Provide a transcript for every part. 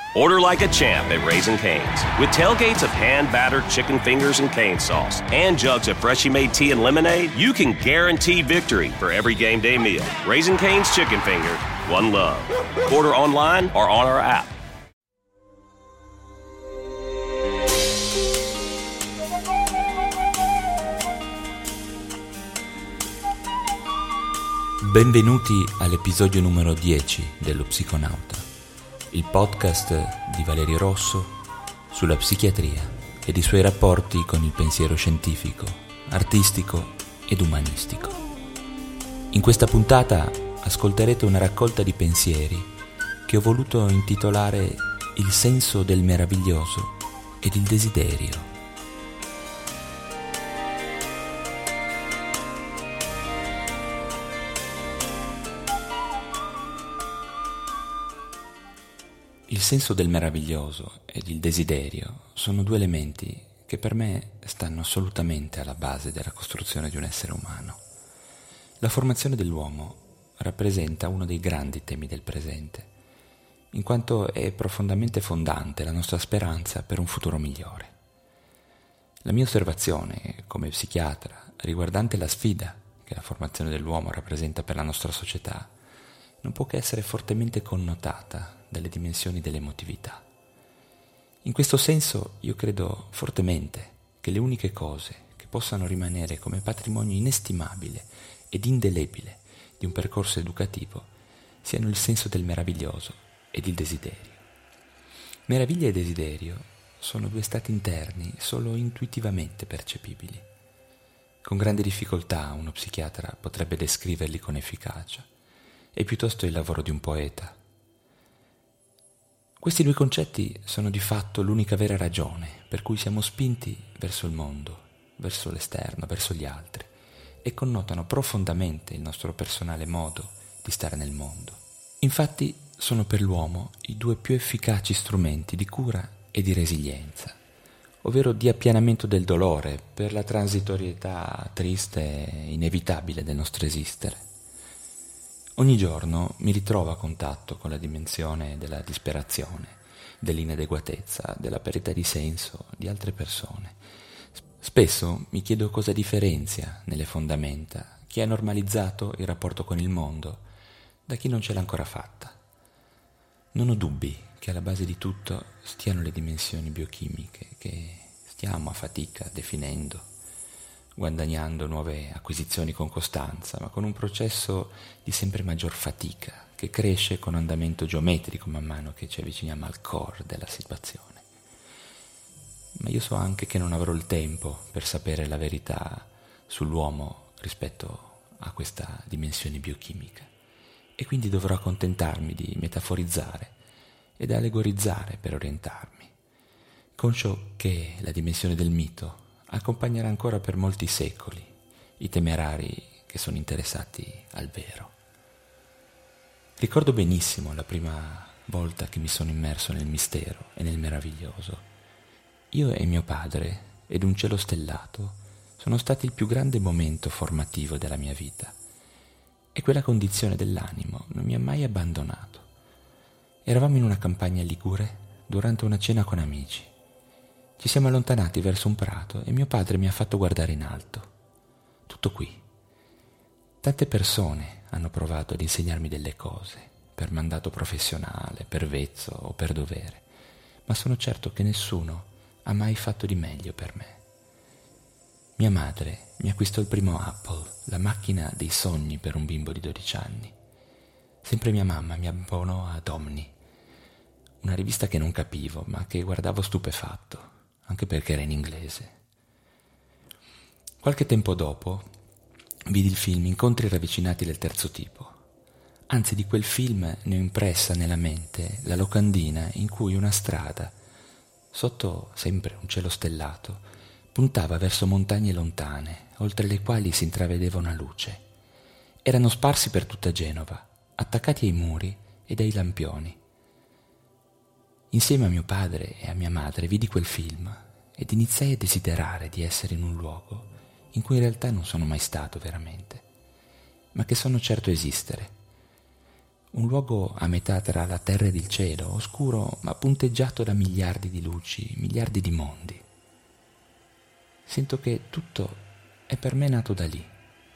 Order like a champ at Raising Cane's. With tailgates of hand-battered chicken fingers and cane sauce and jugs of freshly made tea and lemonade, you can guarantee victory for every game day meal. Raising Cane's Chicken Finger, one love. Order online or on our app. Benvenuti all'episodio numero 10 dello Psiconauta, il podcast di Valerio Rosso sulla psichiatria ed i suoi rapporti con il pensiero scientifico, artistico ed umanistico. In questa puntata ascolterete una raccolta di pensieri che ho voluto intitolare Il senso del meraviglioso ed il desiderio. Il senso del meraviglioso ed il desiderio sono due elementi che per me stanno assolutamente alla base della costruzione di un essere umano. La formazione dell'uomo rappresenta uno dei grandi temi del presente, in quanto è profondamente fondante la nostra speranza per un futuro migliore. La mia osservazione come psichiatra riguardante la sfida che la formazione dell'uomo rappresenta per la nostra società non può che essere fortemente connotata dalle dimensioni dell'emotività. In questo senso io credo fortemente che le uniche cose che possano rimanere come patrimonio inestimabile ed indelebile di un percorso educativo siano il senso del meraviglioso ed il desiderio. Meraviglia e desiderio sono due stati interni solo intuitivamente percepibili. Con grande difficoltà uno psichiatra potrebbe descriverli con efficacia. È piuttosto il lavoro di un poeta. Questi due concetti sono di fatto l'unica vera ragione per cui siamo spinti verso il mondo, verso l'esterno, verso gli altri, e connotano profondamente il nostro personale modo di stare nel mondo. Infatti sono per l'uomo i due più efficaci strumenti di cura e di resilienza, ovvero di appianamento del dolore per la transitorietà triste e inevitabile del nostro esistere. Ogni giorno mi ritrovo a contatto con la dimensione della disperazione, dell'inadeguatezza, della perdita di senso di altre persone. Spesso mi chiedo cosa differenzia nelle fondamenta chi ha normalizzato il rapporto con il mondo da chi non ce l'ha ancora fatta. Non ho dubbi che alla base di tutto stiano le dimensioni biochimiche che stiamo a fatica definendo, guadagnando nuove acquisizioni con costanza, ma con un processo di sempre maggior fatica che cresce con andamento geometrico man mano che ci avviciniamo al core della situazione. Ma io so anche che non avrò il tempo per sapere la verità sull'uomo rispetto a questa dimensione biochimica e quindi dovrò accontentarmi di metaforizzare ed allegorizzare per orientarmi, conscio che la dimensione del mito accompagnerà ancora per molti secoli i temerari che sono interessati al vero. Ricordo benissimo la prima volta che mi sono immerso nel mistero e nel meraviglioso. Io e mio padre ed un cielo stellato sono stati il più grande momento formativo della mia vita e quella condizione dell'animo non mi ha mai abbandonato. Eravamo in una campagna ligure durante una cena con amici. Ci siamo allontanati verso un prato e mio padre mi ha fatto guardare in alto. Tutto qui. Tante persone hanno provato ad insegnarmi delle cose, per mandato professionale, per vezzo o per dovere, ma sono certo che nessuno ha mai fatto di meglio per me. Mia madre mi acquistò il primo Apple, la macchina dei sogni per un bimbo di 12 anni. Sempre mia mamma mi abbonò ad Omni, una rivista che non capivo, ma che guardavo stupefatto, anche perché era in inglese. Qualche tempo dopo vidi il film Incontri ravvicinati del terzo tipo. Anzi, di quel film ne ho impressa nella mente la locandina in cui una strada, sotto sempre un cielo stellato, puntava verso montagne lontane, oltre le quali si intravedeva una luce. Erano sparsi per tutta Genova, attaccati ai muri ed ai lampioni. Insieme a mio padre e a mia madre vidi quel film ed iniziai a desiderare di essere in un luogo in cui in realtà non sono mai stato veramente, ma che sono certo esistere. Un luogo a metà tra la terra ed il cielo, oscuro ma punteggiato da miliardi di luci, miliardi di mondi. Sento che tutto è per me nato da lì.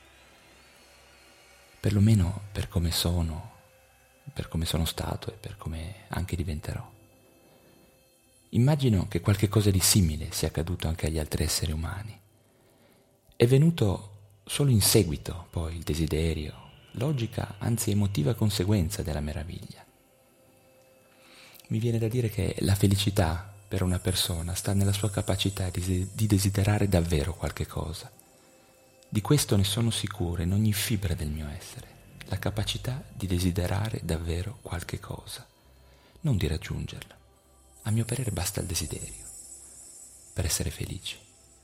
Perlomeno per come sono stato e per come anche diventerò. Immagino che qualche cosa di simile sia accaduto anche agli altri esseri umani. È venuto solo in seguito, poi, il desiderio, logica, anzi emotiva conseguenza della meraviglia. Mi viene da dire che la felicità per una persona sta nella sua capacità di desiderare davvero qualche cosa. Di questo ne sono sicuro in ogni fibra del mio essere, la capacità di desiderare davvero qualche cosa, non di raggiungerla. A mio parere basta il desiderio per essere felici.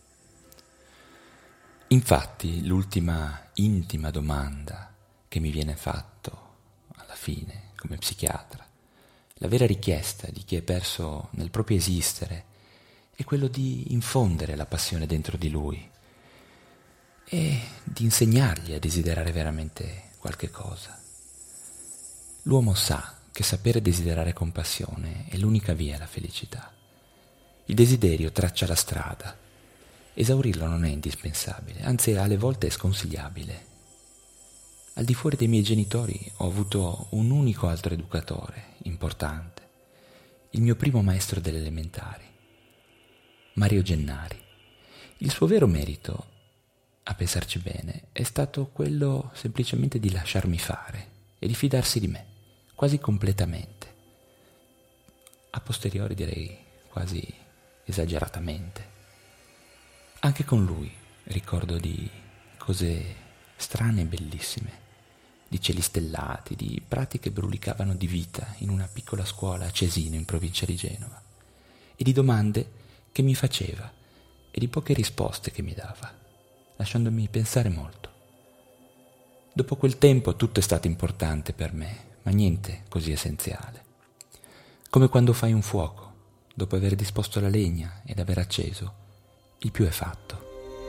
Infatti, l'ultima intima domanda che mi viene fatto alla fine come psichiatra, la vera richiesta di chi è perso nel proprio esistere, è quello di infondere la passione dentro di lui e di insegnargli a desiderare veramente qualche cosa. L'uomo sa che sapere desiderare con passione è l'unica via alla felicità. Il desiderio traccia la strada. Esaurirlo non è indispensabile, anzi alle volte è sconsigliabile. Al di fuori dei miei genitori ho avuto un unico altro educatore importante, il mio primo maestro delle elementari, Mario Gennari. Il suo vero merito, a pensarci bene, è stato quello semplicemente di lasciarmi fare e di fidarsi di me, quasi completamente. A posteriori direi quasi esageratamente. Anche con lui ricordo di cose strane e bellissime, di cieli stellati, di prati che brulicavano di vita in una piccola scuola a Cesino, in provincia di Genova, e di domande che mi faceva e di poche risposte che mi dava, lasciandomi pensare molto. Dopo quel tempo tutto è stato importante per me, ma niente così essenziale. Come quando fai un fuoco, dopo aver disposto la legna ed aver acceso, il più è fatto.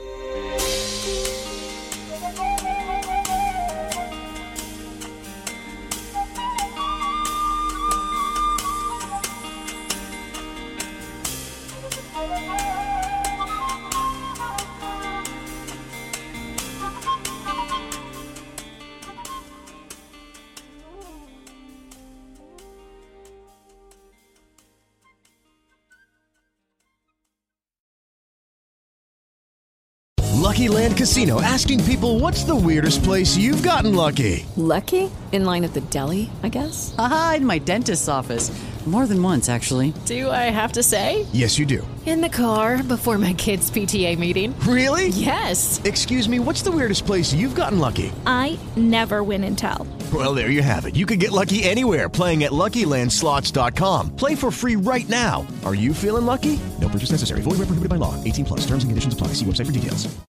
Lucky Land Casino, asking people, what's the weirdest place you've gotten lucky? Lucky? In line at the deli, I guess? Aha, in my dentist's office. More than once, actually. Do I have to say? Yes, you do. In the car before my kids' PTA meeting. Really? Yes. Excuse me, what's the weirdest place you've gotten lucky? I never win and tell. Well, there you have it. You can get lucky anywhere, playing at LuckyLandSlots.com. Play for free right now. Are you feeling lucky? No purchase necessary. Void where prohibited by law. 18+. Terms and conditions apply. See website for details.